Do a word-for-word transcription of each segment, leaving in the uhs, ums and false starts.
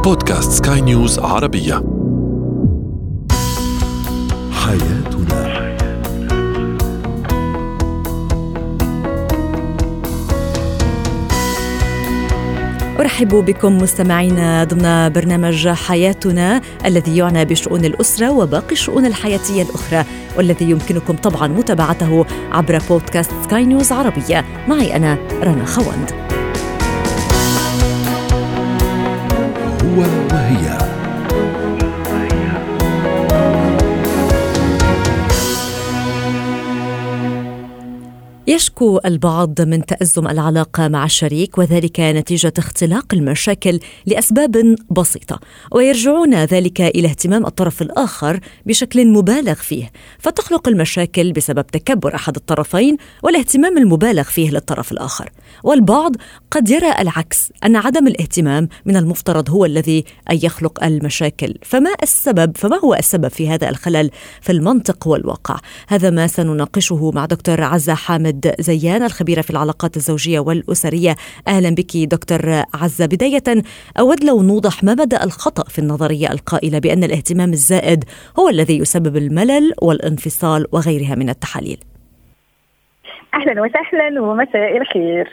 بودكاست سكاي نيوز عربية. حياتنا. أرحب بكم مستمعينا ضمن برنامج حياتنا الذي يعنى بشؤون الأسرة وباقي الشؤون الحياتية الأخرى، والذي يمكنكم طبعا متابعته عبر بودكاست سكاي نيوز عربية. معي أنا رنا خوند. هو وهي. يشكو البعض من تأزم العلاقة مع الشريك، وذلك نتيجة اختلاق المشاكل لأسباب بسيطة، ويرجعون ذلك إلى اهتمام الطرف الآخر بشكل مبالغ فيه، فتخلق المشاكل بسبب تكبر أحد الطرفين والاهتمام المبالغ فيه للطرف الآخر. والبعض قد يرى العكس، أن عدم الاهتمام من المفترض هو الذي أن يخلق المشاكل. فما السبب؟ فما هو السبب في هذا الخلل في المنطق والواقع؟ هذا ما سنناقشه مع دكتور عزة حامد زيان، الخبيرة في العلاقات الزوجية والأسرية. أهلا بك دكتور عزة. بداية أود لو نوضح ما مدى الخطأ في النظرية القائلة بأن الاهتمام الزائد هو الذي يسبب الملل والانفصال وغيرها من التحاليل. أهلا وسهلا ومساء الخير.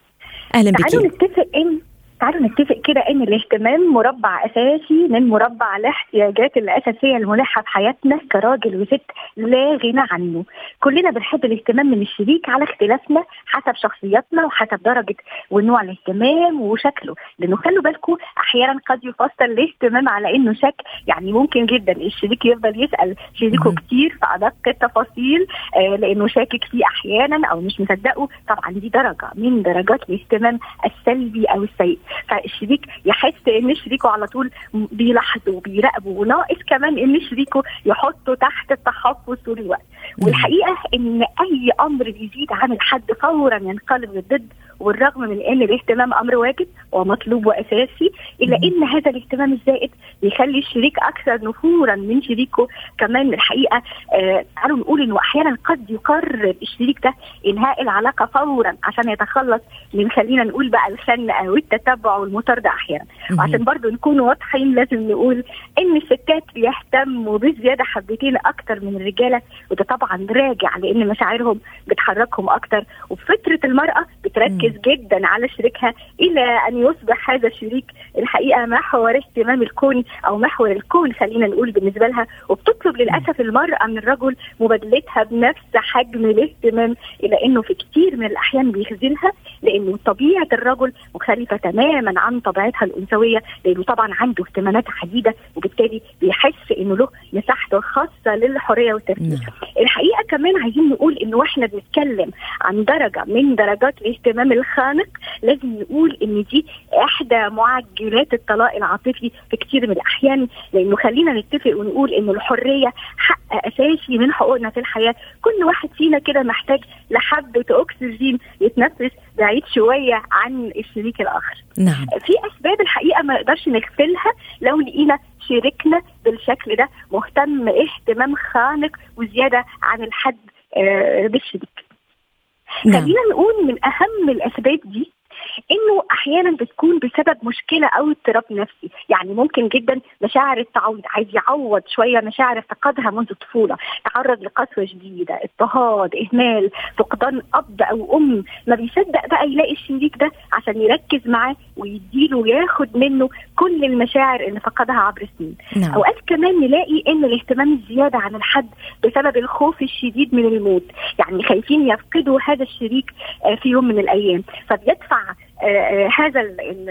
أهلا بك. تعالوا نتفق إن تعالوا نتفق كده ان الاهتمام مربع اساسي من مربع الاحتياجات الاساسيه الملحه في حياتنا كراجل وست، لا غنى عنه. كلنا بنحب الاهتمام من الشريك على اختلافنا حسب شخصياتنا وحسب درجه ونوع الاهتمام وشكله، لانه خلوا بالكم احيانا قد يفسر الاهتمام على انه شك، يعني ممكن جدا الشريك يفضل يسال شريكه كتير في ادق التفاصيل آه لانه شاكك فيه احيانا او مش مصدقه. طبعا دي درجه من درجات الاهتمام السلبي او السيء، فالشريك يحس ان شريكه على طول بيلاحظه وبيراقبه، وناقص كمان ان شريكه يحطه تحت التحفظ طول الوقت. والحقيقه ان اي امر بيزيد عن الحد فورا ينقلب للضد، والرغم من ان الاهتمام امر واجب ومطلوب واساسي، الا ان هذا الاهتمام الزائد بيخلي الشريك اكثر نفورا من شريكه. كمان الحقيقه آه تعالوا نقول انه احيانا قد يقرر الشريك ده انهاء العلاقه فورا عشان يتخلص من، خلينا نقول بقى، الخنقه والتتبع والمطارده احيانا. وعشان برضو نكون واضحين لازم نقول ان الستات بيهتموا بزياده حبتين اكتر من الرجاله، وده طبعا راجع لان مشاعرهم بتحركهم اكتر، وفتره المراه بتركز جدا على شريكها الى ان يصبح هذا الشريك الحقيقه محور اهتمام الكون او محور الكون خلينا نقول بالنسبه لها، وبتطلب للاسف المراه من الرجل مبادلتها بنفس حجم الاهتمام، الى انه في كتير من الاحيان بيخذلها، لانه طبيعه الرجل مختلفه تماما عن طبيعتها الانثويه، لانه طبعا عنده اهتمامات عديده، وبالتالي بيحس انه له مساحته الخاصه للحريه والتفكير. الحقيقه كمان عايزين نقول انه واحنا بنتكلم عن درجه من درجات الاهتمام الخانق، لازم نقول ان دي احدى معجلات الطلاق العاطفي في كتير من الاحيان، لانه خلينا نتفق ونقول انه الحريه حق اساسي من حقوقنا في الحياه. كل واحد فينا كده محتاج لحبه اكسجين يتنفس بعيد شويه عن الشريك الاخر. نعم. في اسباب الحقيقه ما نقدرش نغفلها لو لقينا شريكنا بالشكل ده مهتم اهتمام خانق وزياده عن الحد آه بالشريك. نعم. خلينا نقول من اهم الاسباب دي انه احيانا بتكون بسبب مشكله او اضطراب نفسي، يعني ممكن جدا مشاعر التعويض، عايز يعوض شويه مشاعر فقدها منذ الطفوله، تعرض لقسوه شديده، اضطهاد، اهمال، فقدان اب او ام، ما بيصدق بقى يلاقي الشريك ده عشان يركز معاه ويديله وياخد منه كل المشاعر اللي فقدها عبر السنين. نعم. اوقات كمان نلاقي ان الاهتمام الزياده عن الحد بسبب الخوف الشديد من الموت، يعني خايفين يفقدوا هذا الشريك في يوم من الايام، فبيدفع آه هذا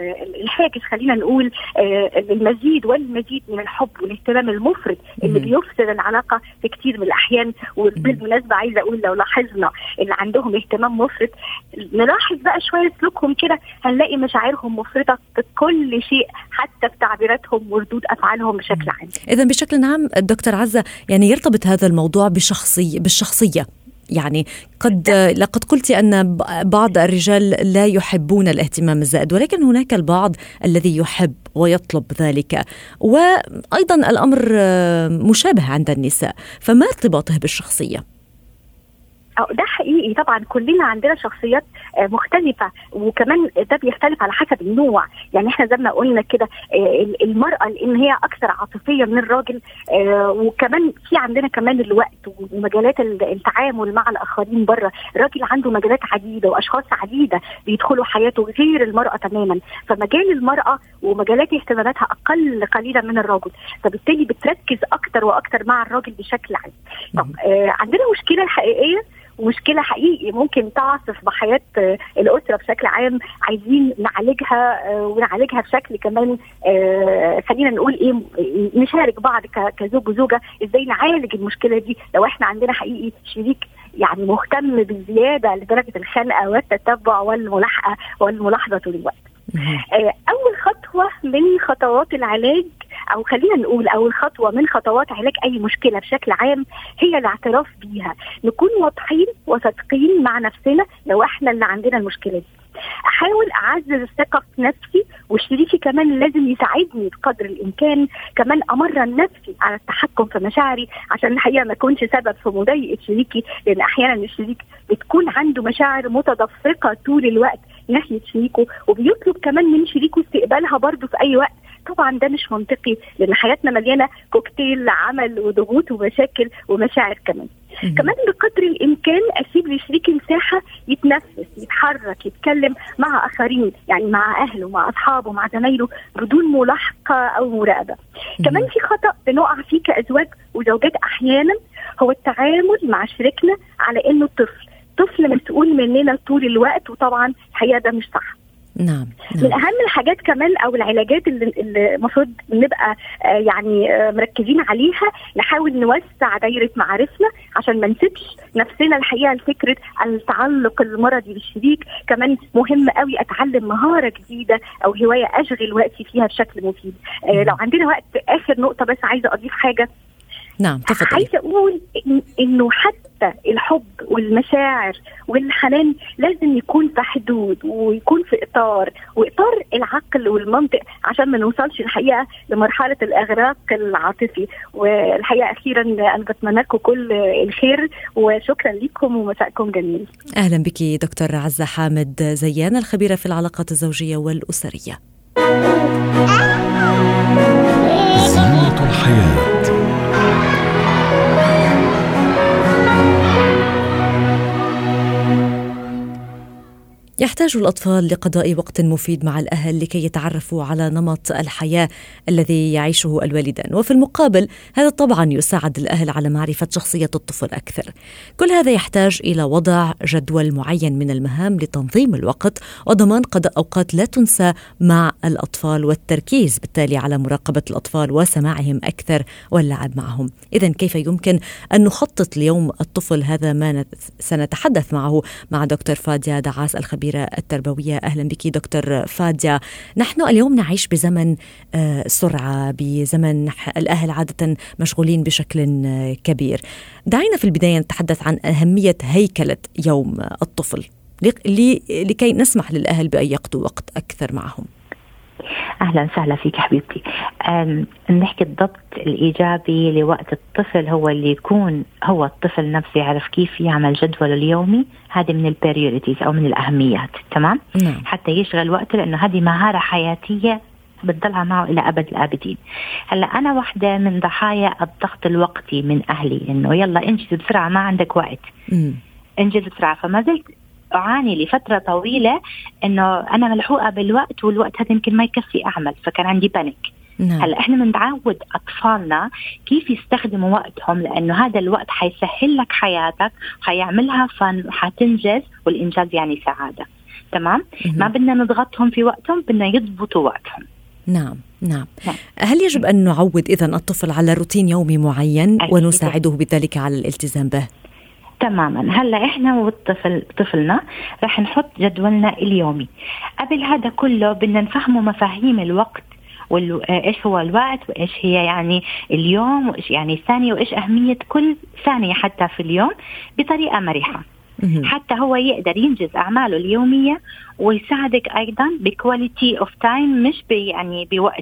الحاجز خلينا نقول آه المزيد والمزيد من الحب والاهتمام المفرط اللي بيفسد العلاقه في كتير من الاحيان. وبالمناسبه عايزه اقول لو لاحظنا اللي عندهم اهتمام مفرط، نلاحظ بقى شويه سلوكهم كده، هنلاقي مشاعرهم مفرطه في كل شيء، حتى في تعبيراتهم وردود افعالهم بشكل عام. اذا بشكل عام دكتور عزة، يعني يرتبط هذا الموضوع بشخصي بالشخصيه، يعني قد لقد قلت أن بعض الرجال لا يحبون الاهتمام الزائد، ولكن هناك البعض الذي يحب ويطلب ذلك، وأيضا الأمر مشابه عند النساء، فما ارتباطه بالشخصية؟ ده حقيقي طبعا. كلنا عندنا شخصيات مختلفة، وكمان ده بيختلف على حسب النوع. يعني احنا زي ما قلنا كده المرأة لان هي اكثر عاطفية من الراجل، وكمان في عندنا كمان الوقت ومجالات التعامل مع الاخرين بره. الراجل عنده مجالات عديدة واشخاص عديدة بيدخلوا حياته غير المرأة تماما، فمجال المرأة ومجالات اهتماماتها اقل قليلا من الراجل، فبالتالي بتركز اكتر واكتر مع الراجل بشكل عام. طب آه عندنا مشكلة حقيقية ومشكلة حقيقي ممكن تعصف بحياة الأسرة بشكل عام، عايزين نعالجها ونعالجها بشكل كمان آه خلينا نقول ايه، نشارك بعض كزوج وزوجة ازاي نعالج المشكلة دي لو احنا عندنا حقيقي شريك يعني مهتم بالزيادة لدرجة الخنقة والتتبع والملاحقة والملاحظة طول الوقت. آه أول خطوة من خطوات العلاج، أو خلينا نقول أول خطوة من خطوات علاج أي مشكلة بشكل عام، هي الاعتراف بيها. نكون واضحين وصادقين مع نفسنا لو احنا اللي عندنا المشكلة دي. احاول اعزز الثقه في نفسي، وشريكي كمان لازم يساعدني بقدر الامكان. كمان امرن نفسي على التحكم في مشاعري عشان الحقيقه ما اكونش سبب في مضايقه شريكي، لان احيانا الشريك بتكون عنده مشاعر متدفقه طول الوقت ناحيه شريكه، وبيطلب كمان من شريكه استقبالها برضه في اي وقت. طبعا ده مش منطقي، لان حياتنا مليانه كوكتيل عمل وضغوط ومشاكل ومشاعر كمان. كمان بقدر الامكان اسيب لشريكي مساحه يتنفس، يتحرك، يتكلم مع اخرين، يعني مع اهله، مع اصحابه، مع زمايله، بدون ملاحقه او مراقبه. كمان في خطا بنقع فيه كازواج وزوجات احيانا، هو التعامل مع شريكنا على انه طفل طفل مسؤول مننا طول الوقت، وطبعا الحقيقه ده مش صح. نعم. نعم. من أهم الحاجات كمان أو العلاجات اللي المفروض نبقى آه يعني آه مركزين عليها، نحاول نوسع دايرة معارفنا عشان ما نسيبش نفسنا الحقيقة لفكرة التعلق المرضي بالشريك. كمان مهم قوي أتعلم مهارة جديدة أو هواية أشغل وقتي فيها بشكل مفيد. آه لو عندنا وقت، آخر نقطة بس عايزة أضيف حاجة. نعم تفضل. عايزة أقول إن إنه حتى الحب والمشاعر والحنان لازم يكون في حدود ويكون في إطار وإطار العقل والمنطق، عشان ما نوصلش الحقيقة لمرحلة الإغراق العاطفي. والحقيقة أخيرا أنا بتمنى لكم كل الخير، وشكرا لكم ومساءكم جميل. أهلا بك دكتور عزة حامد زيان، الخبيرة في العلاقات الزوجية والأسرية. زينة الحياة. يحتاج الأطفال لقضاء وقت مفيد مع الأهل لكي يتعرفوا على نمط الحياة الذي يعيشه الوالدان، وفي المقابل هذا طبعا يساعد الأهل على معرفة شخصية الطفل أكثر. كل هذا يحتاج إلى وضع جدول معين من المهام لتنظيم الوقت وضمان قضاء أوقات لا تنسى مع الأطفال، والتركيز بالتالي على مراقبة الأطفال وسماعهم أكثر واللعب معهم. إذن كيف يمكن أن نخطط ليوم الطفل؟ هذا ما سنتحدث معه مع دكتور فادية دعاس الخبيرة التربوية. أهلا بك دكتور فادية. نحن اليوم نعيش بزمن سرعة، بزمن الأهل عادة مشغولين بشكل كبير. دعينا في البداية نتحدث عن أهمية هيكلة يوم الطفل لكي نسمح للأهل بأن يقضوا وقت أكثر معهم. أهلا وسهلا فيك حبيبتي. نحكي الضبط الإيجابي لوقت الطفل هو اللي يكون هو الطفل نفسه يعرف كيف يعمل جدول اليومي. هذه من البريوريتيز أو من الأهميات، تمام؟ نعم. حتى يشغل وقته، لأنه هذه مهارة حياتية بتضلها معه إلى أبد الآبدين. هلا أنا واحدة من ضحايا الضغط الوقتي من أهلي، إنه يلا انجز بسرعة ما عندك وقت، م. انجز بسرعة. فما زلت أعاني لفترة طويلة إنه أنا ملحوقة بالوقت، والوقت هذا يمكن ما يكفي أعمل، فكان عندي بانيك. نعم. هلا إحنا بنعود أطفالنا كيف يستخدموا وقتهم، لأنه هذا الوقت حيسهل لك حياتك، حيعملها فن، حتنجز، والإنجاز يعني سعادة. تمام؟ م- ما بدنا نضغطهم في وقتهم، بدنا يضبطوا وقتهم. نعم. نعم. نعم. هل يجب أن نعود إذن الطفل على روتين يومي معين ونساعده بذلك على الالتزام به؟ تماما. هلا احنا والطفل طفلنا راح نحط جدولنا اليومي. قبل هذا كله بدنا نفهمه مفاهيم الوقت، وايش هو الوقت، وايش هي يعني اليوم، وايش يعني الثانية، وايش أهمية كل ثانية حتى في اليوم بطريقة مريحة، حتى هو يقدر ينجز أعماله اليومية، ويساعدك أيضا بكواليتي اوف تايم، مش يعني بوقت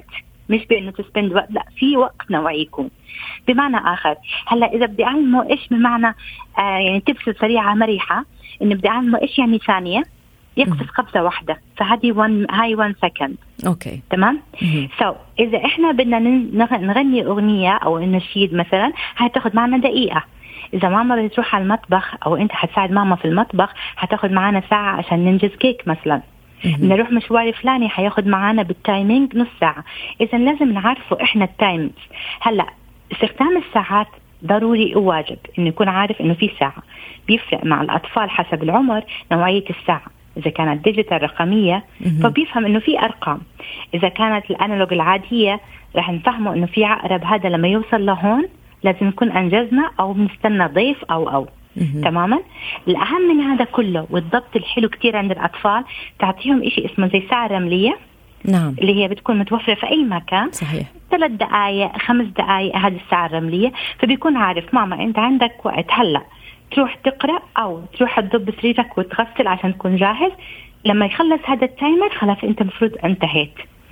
مش بأنه تسبند وقت، لا في وقت نوعي يكون. بمعنى آخر هلا إذا بدي أعلمه إيش بمعنى آه يعني تبسل سريعة مريحة، إنه بدي أعلمه إيش يعني ثانية يقصف قفزة واحدة، فهذه one هاي one second. أوكي تمام. سو so, إذا إحنا بدنا نغني أغنية أو نشيد مثلا هاي تاخد معنا دقيقة. إذا ماما بتروح على المطبخ أو أنت حتساعد ماما في المطبخ هتاخد معنا ساعة عشان ننجز كيك مثلا. نروح مشوار فلاني حياخد معنا بالتايمينج نص ساعة. إذا لازم نعرفه إحنا التايمز. هلا استخدام الساعات ضروري وواجب إنه يكون عارف إنه في ساعة. بيفرق مع الأطفال حسب العمر نوعية الساعة. إذا كانت ديجيتال رقمية فبيفهم إنه في أرقام. إذا كانت الأنالوج العادية رح نفهمه إنه في عقرب، هذا لما يوصل لهون لازم نكون أنجزنا أو بنستنى ضيف أو أو تماما. الأهم من هذا كله والضبط الحلو كتير عند الأطفال، تعطيهم إشي اسمه زي ساعة رملية. نعم. اللي هي بتكون متوفرة في أي مكان. صحيح. ثلاث دقائق خمس دقائق هذه الساعة الرملية، فبيكون عارف ماما أنت عندك وقت هلأ تروح تقرأ أو تروح تضب سريرك وتغسل عشان تكون جاهز. لما يخلص هذا التايمر خلاص أنت مفروض انتهيت.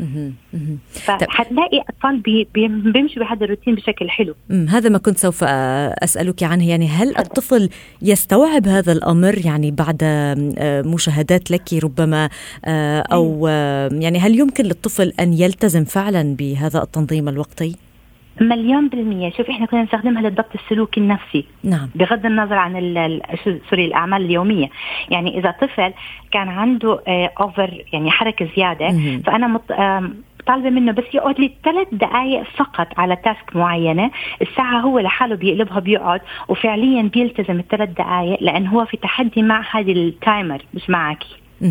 فحتلاقي أطفال بي بيمشوا بهذا الروتين بشكل حلو. هذا ما كنت سوف أسألك عنه، يعني هل الطفل يستوعب هذا الأمر يعني بعد مشاهدات لك ربما، أو يعني هل يمكن للطفل أن يلتزم فعلا بهذا التنظيم الوقتي؟ مليون بالمية. شوف إحنا كنا نستخدمها للضبط السلوكي النفسي. نعم. بغض النظر عن سوري الأعمال اليومية. يعني إذا طفل كان عنده أوفر يعني حركة زيادة، مم. فأنا مط... طالبة منه بس يقعد لي ثلاث دقائق فقط على تاسك معينة. الساعة هو لحاله بيقلبها بيقعد وفعليا بيلتزم الثلاث دقائق، لأن هو في تحدي مع هذه التايمر مش معك.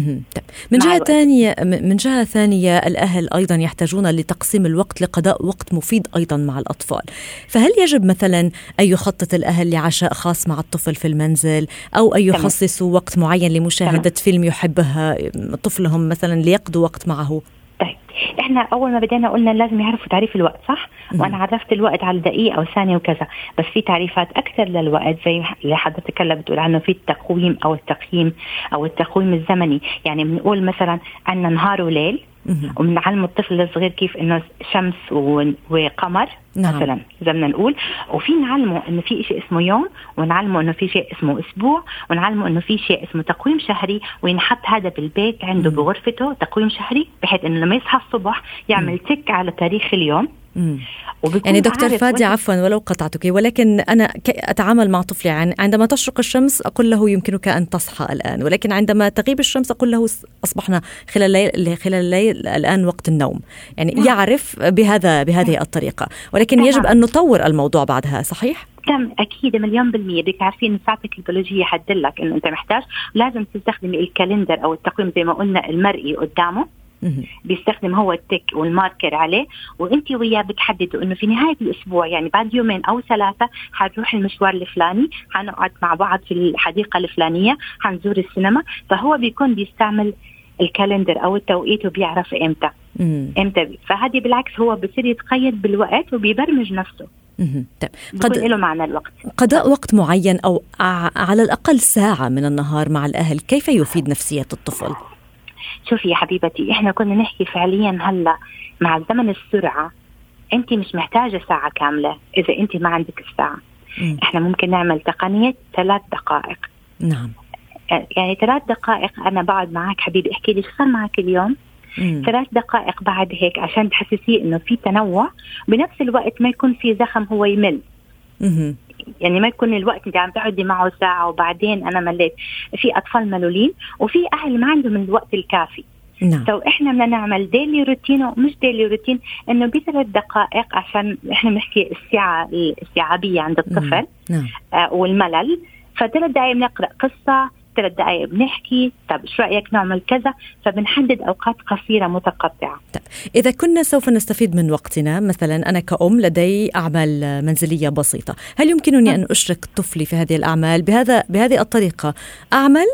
من جهة ثانية من جهة ثانية الأهل أيضا يحتاجون لتقسيم الوقت لقضاء وقت مفيد أيضا مع الأطفال. فهل يجب مثلا أن يخطط الأهل لعشاء خاص مع الطفل في المنزل، أو أن يخصصوا وقت معين لمشاهدة تمام. فيلم يحبها طفلهم مثلا ليقضوا وقت معه؟ طيب إحنا أول ما بدينا قلنا لازم يعرفوا تعريف الوقت، صح؟ وأنا عرفت الوقت على دقيقة أو ثانية وكذا، بس في تعريفات أكثر للوقت زي اللي حضرتك اللي بتقول عنه في التقويم أو التقييم أو التقويم الزمني. يعني بنقول مثلا عندنا نهار وليل، وبنعلم الطفل الصغير كيف إنه شمس وقمر. نعم. مثلا زي ما نقول، وفي نعلمه إنه في شيء اسمه يوم، ونعلمه إنه في شيء اسمه أسبوع، ونعلمه إنه في شيء اسمه تقويم شهري، وينحط هذا بالبيت عنده مم. بغرفته تقويم شهري، بحيث إنه لما يصحى الصبح يعمل تك على تاريخ اليوم. يعني دكتور فادي عفوا ولو قطعتك، ولكن أنا أتعامل مع طفلي يعني عندما تشرق الشمس أقول له يمكنك أن تصحى الآن، ولكن عندما تغيب الشمس أقول له أصبحنا خلال الليل خلال الليل الآن وقت النوم. يعني نعم. يعرف بهذا بهذه الطريقة، ولكن نعم. يجب أن نطور الموضوع بعدها. صحيح؟ تم أكيد مليون بالمية. بدك تعرفين إن ساعتك البيولوجية حدلك إنه أنت محتاج لازم تستخدمي الكالندر أو التقويم زي ما قلنا المرئي قدامه، بيستخدم هو التك والماركر عليه، وانت وياه بتحددوا انه في نهاية الاسبوع يعني بعد يومين او ثلاثة حنروح المشوار الفلاني، حنقعد مع بعض في الحديقة الفلانية، حنزور السينما. فهو بيكون بيستعمل الكالندر او التوقيت وبيعرف امتى امتى بي. فهذه بالعكس هو بصير يتقيد بالوقت وبيبرمج نفسه. قد له معنى الوقت. قضاء وقت معين او على الاقل ساعة من النهار مع الاهل كيف يفيد نفسية الطفل؟ شوفي يا حبيبتي، احنا كنا نحكي فعليا هلا مع زمن السرعة انت مش محتاجة ساعة كاملة اذا انت ما عندك الساعة. م. احنا ممكن نعمل تقنية ثلاث دقائق. نعم. يعني ثلاث دقائق انا بقعد معك حبيبي احكي لي شو صار معك اليوم. م. ثلاث دقائق بعد هيك عشان تحسسيه انه في تنوع، بنفس الوقت ما يكون في زخم هو يمل. م. يعني ما يكون الوقت انت عم تقعدي معه ساعة وبعدين انا مليت. في اطفال ملولين وفي اهل ما عندهم الوقت الكافي. نعم. سو احنا بدنا نعمل ديلي روتين ومش ديلي روتين، انه بثلاث دقائق عشان احنا بنحكي الساعة الاستيعابية عند الطفل. نعم. آه والملل. فثلاث دقائق بنقرأ قصة، ثلاث دقائق بنحكي، طب شو رأيك نعمل كذا، فبنحدد أوقات قصيرة متقطعة. إذا كنا سوف نستفيد من وقتنا، مثلا أنا كأم لدي أعمال منزلية بسيطة، هل يمكنني أن أشرك طفلي في هذه الأعمال بهذا بهذه الطريقة؟ أعمل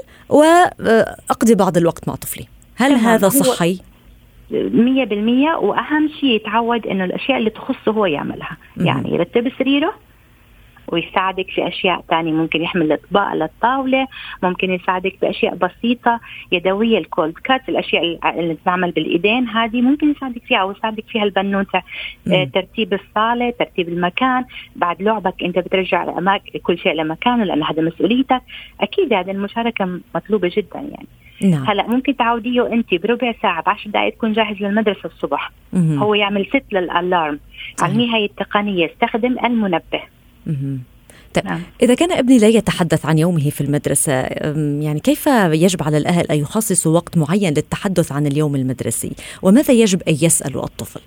وأقضي بعض الوقت مع طفلي، هل هذا صحي؟ مية بالمية. وأهم شيء يتعود إنه الأشياء اللي تخصه هو يعملها. م- يعني يرتب سريره ويساعدك في أشياء تانية. ممكن يحمل الأطباق للطاولة، ممكن يساعدك بأشياء بسيطة يدوية، الكولد كات، الأشياء اللي تتعمل بالإيدين هذه ممكن يساعدك فيها، أو يساعدك فيها البنوتة. آه ترتيب الصالة، ترتيب المكان، بعد لعبك أنت بترجع لأماكن كل شيء لمكانه لأن هذا مسؤوليتك. أكيد هذه المشاركة مطلوبة جدا يعني. نعم. هلا ممكن تعوديه أنت بربع ساعة بعشر دقائق تكون جاهز للمدرسة الصبح. مم. هو يعمل ست للألارم، علميه هاي التقنية، استخدم المنبه. طيب نعم. إذا كان ابني لا يتحدث عن يومه في المدرسة، يعني كيف يجب على الأهل أن يخصصوا وقت معين للتحدث عن اليوم المدرسي، وماذا يجب أن يسأل الطفل؟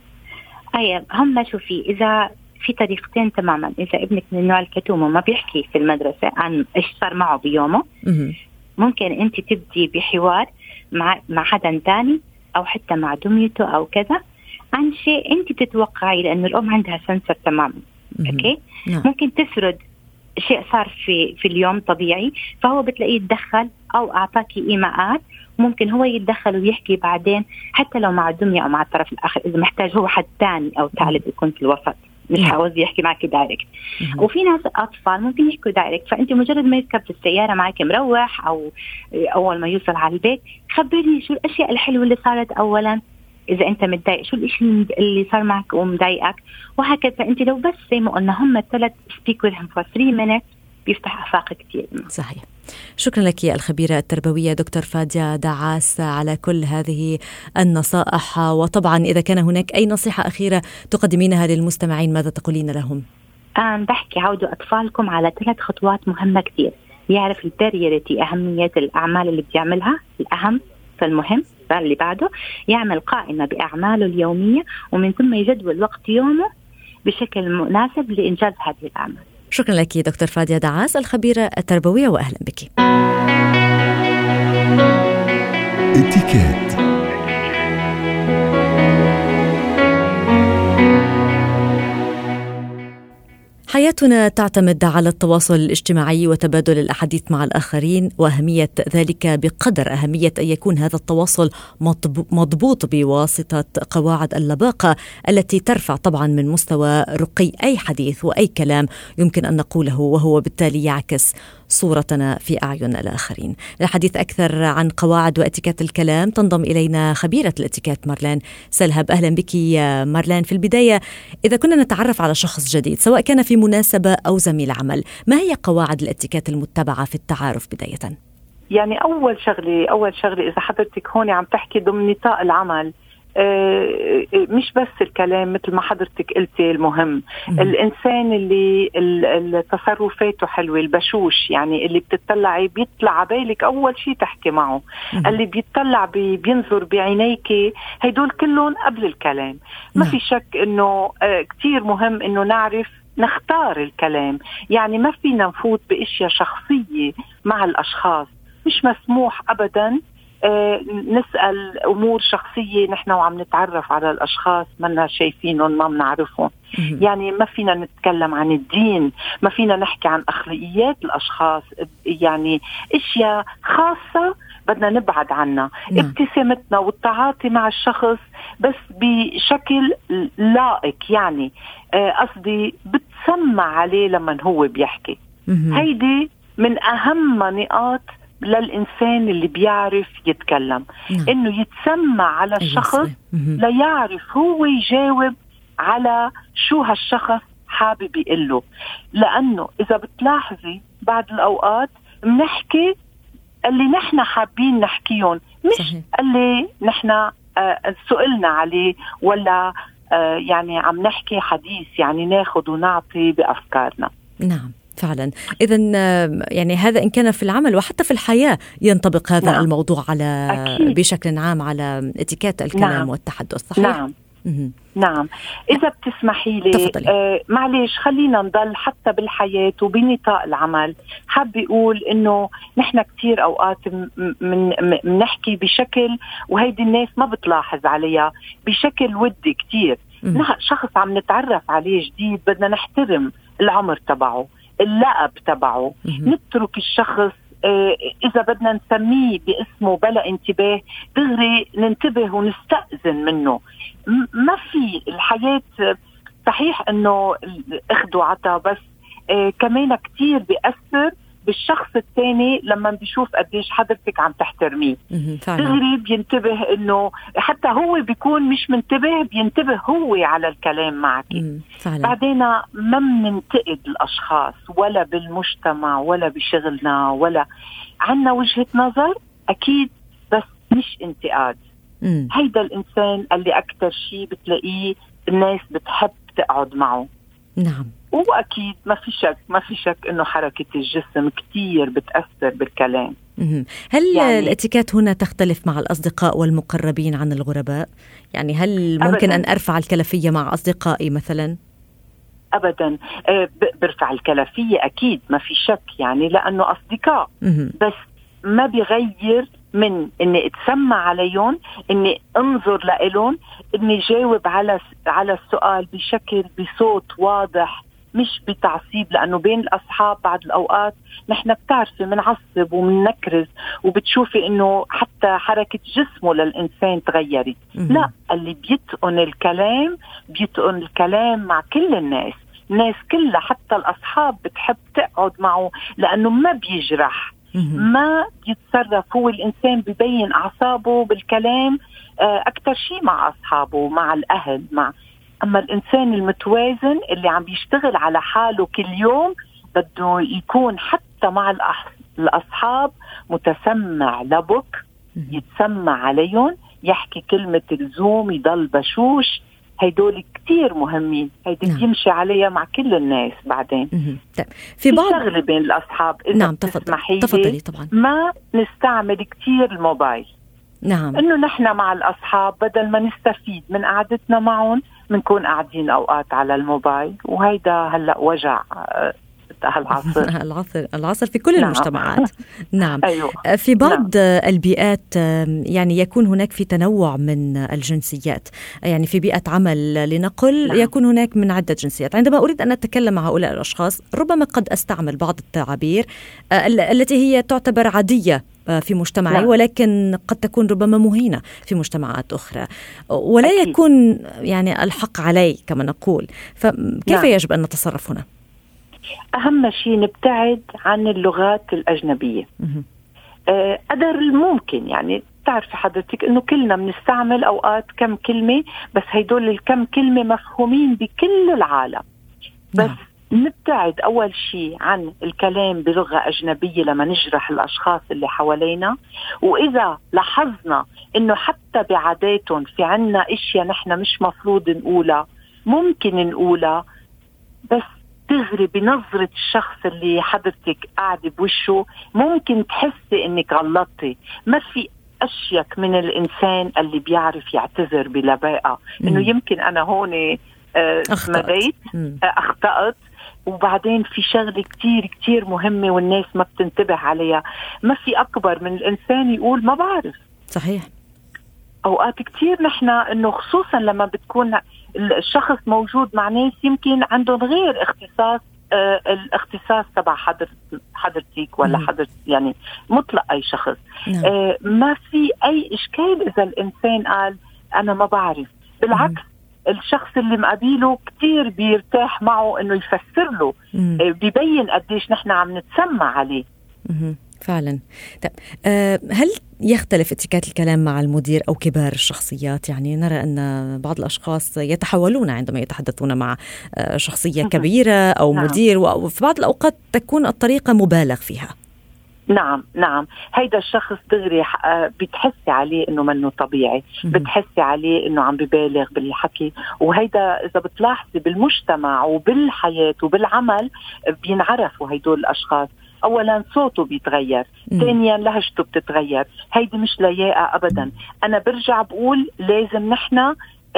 أي هم شوفي، إذا في طريقتين تماما. إذا ابنك من النوع الكتوم وما بيحكي في المدرسة عن إيش صار معه بيومه، مم. ممكن أنت تبدي بحوار مع مع حدا تاني أو حتى مع دميته أو كذا عن شيء أنت تتوقعي، لأن الأم عندها سنسر تماما. أوكي. نعم. ممكن تسرد شيء صار في في اليوم طبيعي، فهو بتلاقيه يتدخل أو أعطاكي إيماءات، ممكن هو يتدخل ويحكي بعدين حتى لو مع الدمية أو مع الطرف الآخر إذا محتاج هو حد تاني أو ثالث يكون في الوسط، مش عاوز يحكي معك دايركت. وفي ناس أطفال ممكن يحكوا دايركت، فأنت مجرد ما يركب في السيارة معك مروح أو أول ما يوصل على البيت خبرني شو الأشياء الحلوة اللي صارت أولا، إذا أنت متضايق شو الإشي اللي صار معك ومضايقك، وهكذا. أنت لو بس زي ما قلنا هم الثلاث speak with him for three minutes بيفتح آفاق كتير. صحيح. شكرا لك يا الخبيرة التربوية دكتور فادية دعاس على كل هذه النصائح. وطبعا إذا كان هناك أي نصيحة أخيرة تقدمينها للمستمعين ماذا تقولين لهم؟ أنا بحكي عودوا أطفالكم على ثلاث خطوات مهمة كتير. يعرف البريوريتي، أهمية الأعمال اللي بيعملها الأهم فالمهم، اللي بعده يعمل قائمة بأعماله اليومية، ومن ثم يجدول وقت يومه بشكل مناسب لإنجاز هذه الأعمال. شكرا لك دكتور فادية دعاس الخبيرة التربوية، وأهلا بك. اتكات. حياتنا تعتمد على التواصل الاجتماعي وتبادل الأحاديث مع الآخرين، وأهمية ذلك بقدر أهمية أن يكون هذا التواصل مضبوط بواسطة قواعد اللباقة التي ترفع طبعا من مستوى رقي أي حديث وأي كلام يمكن أن نقوله، وهو بالتالي يعكس صورتنا في أعين الآخرين. للحديث أكثر عن قواعد واتيكات الكلام تنضم إلينا خبيرة الاتيكات مارلين سلهب. أهلا بك يا مارلين. في البداية، إذا كنا نتعرف على شخص جديد سواء كان في مناسبة أو زميل عمل، ما هي قواعد الاتيكات المتبعة في التعارف بداية؟ يعني أول شغلة أول شغلة إذا حضرتك هون عم تحكي ضمن نطاق العمل، مش بس الكلام مثل ما حضرتك قلتي المهم. م- الإنسان اللي تصرفاته حلوة، البشوش، يعني اللي بتطلعي بيطلع عبالك أول شيء تحكي معه، م- اللي بيطلع بي بينظر بعينيك، هيدول كلهم قبل الكلام. ما في شك إنه كتير مهم إنه نعرف نختار الكلام. يعني ما فينا نفوت بأشياء شخصية مع الأشخاص، مش مسموح أبداً آه نسأل أمور شخصية نحن وعم نتعرف على الأشخاص ما شايفينهم ما بنعرفهم. يعني ما فينا نتكلم عن الدين، ما فينا نحكي عن أخلاقيات الأشخاص، يعني أشياء خاصة بدنا نبعد عنها. ابتسامتنا والتعاطي مع الشخص بس بشكل لائق، يعني قصدي آه بتسمع عليه لما هو بيحكي. هيدي من أهم نقاط للإنسان اللي بيعرف يتكلم، نعم. إنه يتسمع على الشخص ليعرف هو يجاوب على شو هالشخص حابب يقوله. لأنه إذا بتلاحظي بعض الأوقات بنحكي اللي نحن حابين نحكيهم، مش صحيح. اللي نحن آه سئلنا عليه، ولا آه يعني عم نحكي حديث يعني ناخد ونعطي بأفكارنا. نعم فعلا. إذن يعني هذا إن كان في العمل وحتى في الحياة ينطبق هذا نعم. الموضوع على أكيد. بشكل عام على اتيكيت الكلام نعم. والتحدث. صحيح؟ نعم م- نعم. إذا بتسمحي لي آه معليش خلينا نضل حتى بالحياة وبنطاق العمل. حاب يقول إنه نحن كتير أوقات من منحكي بشكل، وهيدي الناس ما بتلاحظ عليها، بشكل ودي كتير. نحن شخص عم نتعرف عليه جديد بدنا نحترم العمر تبعه، اللقب تبعه، نترك الشخص اه إذا بدنا نسميه باسمه بلا انتباه دغري ننتبه ونستأذن منه. ما في الحياة صحيح إنه أخذ وعطا، بس آه كمان كتير بيأثر بالشخص الثاني لما بيشوف قديش حضرتك عم تحترميه. دغري بينتبه انه حتى هو بيكون مش منتبه، بينتبه هو على الكلام معك. بعدين ما بننتقد الاشخاص ولا بالمجتمع ولا بشغلنا، ولا عنا وجهة نظر اكيد بس مش انتقاد. مم. هيدا الانسان اللي اكتر شيء بتلاقيه الناس بتحب تقعد معه. نعم. وأكيد ما في شك ما في شك إنه حركة الجسم كتير بتأثر بالكلام. هل يعني الاتيكيت هنا تختلف مع الأصدقاء والمقربين عن الغرباء؟ يعني هل ممكن أبداً أن أرفع الكلفية مع أصدقائي مثلاً؟ أبداً أه برفع الكلفية أكيد ما في شك، يعني لأنه أصدقاء. بس ما بيغير من إني أتسمع عليهم، إني أنظر لإلهم، إني جاوب على على السؤال بشكل بصوت واضح مش بتعصيب. لأنه بين الأصحاب بعض الأوقات نحن بتعرفي منعصب ومنكرز، وبتشوفي إنه حتى حركة جسمه للإنسان تغيرت. لا، اللي بيتقن الكلام بيتقن الكلام مع كل الناس، الناس كلها حتى الأصحاب بتحب تقعد معه لأنه ما بيجرح، ما يتصرف. هو الإنسان بيبين أعصابه بالكلام أكتر شيء مع أصحابه، مع الأهل، مع أما الإنسان المتوازن اللي عم بيشتغل على حاله كل يوم بده يكون حتى مع الأصحاب متسمع لبك، يتسمع عليهم، يحكي كلمة الزوم، يضل بشوش. هيدول كتير مهمين، هيدي نعم. بيمشي عليها مع كل الناس. بعدين طيب. في بعض شغلة بين الأصحاب إذا نعم تفضلي تفضلي طبعا ما نستعمل كتير الموبايل. نعم. إنه نحن مع الأصحاب بدل ما نستفيد من قعدتنا معهم بنكون قاعدين أوقات على الموبايل، وهيدا هلأ وجع العصر العصر العصر في كل نعم. المجتمعات. نعم. أيوه. في بعض نعم. البيئات يعني يكون هناك في تنوع من الجنسيات، يعني في بيئة عمل لنقل نعم. يكون هناك من عدة جنسيات. عندما أريد أن أتكلم مع هؤلاء الأشخاص ربما قد أستعمل بعض التعابير التي هي تعتبر عادية في مجتمعي نعم. ولكن قد تكون ربما مهينة في مجتمعات أخرى، ولا أكيد. يكون يعني الحق علي كما نقول. فكيف نعم. يجب أن نتصرف هنا؟ أهم شيء نبتعد عن اللغات الأجنبية آه قدر الممكن. يعني تعرف حضرتك إنه كلنا بنستعمل أوقات كم كلمة، بس هيدول الكم كلمة مفهومين بكل العالم. بس نعم. نبتعد أول شيء عن الكلام بلغة أجنبية لما نجرح الأشخاص اللي حوالينا. وإذا لاحظنا إنه حتى بعاداتهم في عنا إشياء نحن مش مفروض نقولها، ممكن نقولها، بس تغري بنظرة الشخص اللي حضرتك قاعدة بوشه ممكن تحسي إنك غلطتي. ما في أشيك من الإنسان اللي بيعرف يعتذر بلباقة، إنه يمكن أنا هون آه مديت آه أخطأت. وبعدين في شغلة كتير كتير مهمة والناس ما بتنتبه عليها، ما في أكبر من الإنسان يقول ما بعرف. صحيح. أوقات كتير نحن إنه خصوصا لما بتكون الشخص موجود مع ناس يمكن عندهم غير اختصاص آه الاختصاص تبع حضر حضرتك ولا حضرت، يعني مطلق أي شخص. آه ما في أي إشكال إذا الإنسان قال أنا ما بعرف. بالعكس مم. الشخص اللي مقابله كتير بيرتاح معه إنه يفسر له، آه بيبين قديش نحن عم نتسمع عليه. مم. فعلا. طيب أه هل يختلف اتكات الكلام مع المدير أو كبار الشخصيات؟ يعني نرى أن بعض الأشخاص يتحولون عندما يتحدثون مع شخصية كبيرة أو نعم. مدير، وفي بعض الأوقات تكون الطريقة مبالغ فيها. نعم نعم هيدا الشخص دغري بتحسي عليه انه منه طبيعي، بتحسي عليه انه عم ببالغ بالحكي. وهيدا اذا بتلاحظي بالمجتمع وبالحياة وبالعمل بينعرفوا هيدول الاشخاص. اولا صوته بيتغير، ثانيا لهجته بتتغير. هيدي مش لياقة ابدا. انا برجع بقول لازم نحن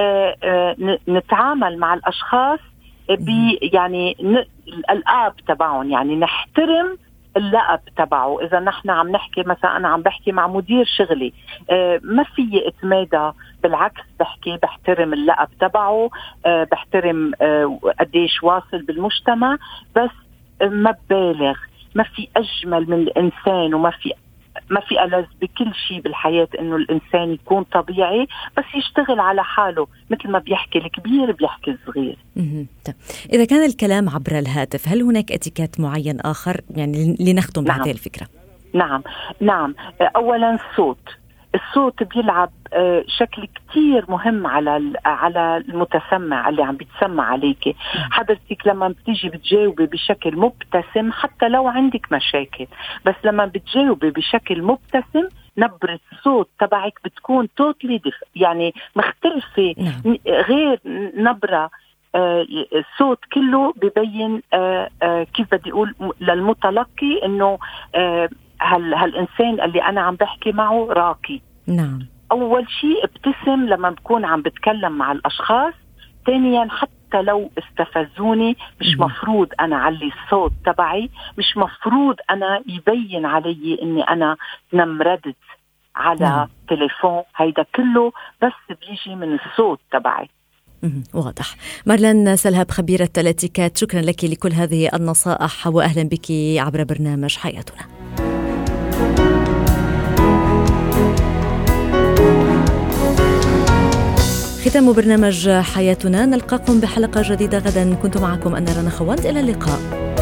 نتعامل مع الاشخاص بي يعني الالقاب تبعهم، يعني نحترم اللقب تبعه. إذا نحن عم نحكي مثلا أنا عم بحكي مع مدير شغلي أه ما في اتمادى، بالعكس بحكي بحترم اللقب تبعه، أه بحترم أه قديش واصل بالمجتمع، بس ما ببالغ. ما في أجمل من الإنسان وما في ما في ألذ بكل شيء بالحياة إنه الإنسان يكون طبيعي، بس يشتغل على حاله مثل ما بيحكي الكبير بيحكي الصغير. إذا كان الكلام عبر الهاتف، هل هناك اتيكيت معين آخر يعني لنختم نعم. بهذه الفكرة؟ نعم نعم أولا الصوت الصوت بيلعب شكل كتير مهم على على المتسمع اللي عم بيتسمع عليك. حضرتك لما بتيجي بتجاوبي بشكل مبتسم حتى لو عندك مشاكل، بس لما بتجاوبي بشكل مبتسم نبرة الصوت تبعك بتكون توتلي يعني مختلفة، غير نبرة الصوت كله ببين كيف بدي أقول للمتلقي إنه هال هالإنسان اللي أنا عم بحكي معه راقي. نعم. أول شيء ابتسم لما بكون عم بتكلم مع الأشخاص. ثانيا حتى لو استفزوني مش مفروض أنا علي الصوت تبعي، مش مفروض أنا يبين علي إني أنا نمردت على نعم. تليفون. هيدا كله بس بيجي من الصوت تبعي. واضح. مارلين سلهب خبيرة الاتيكيت، شكرا لك لكل هذه النصائح وأهلا بك عبر برنامج حياتنا. ختام برنامج حياتنا، نلقاكم بحلقة جديدة غدا. كنت معكم أنا رنا خوات، إلى اللقاء.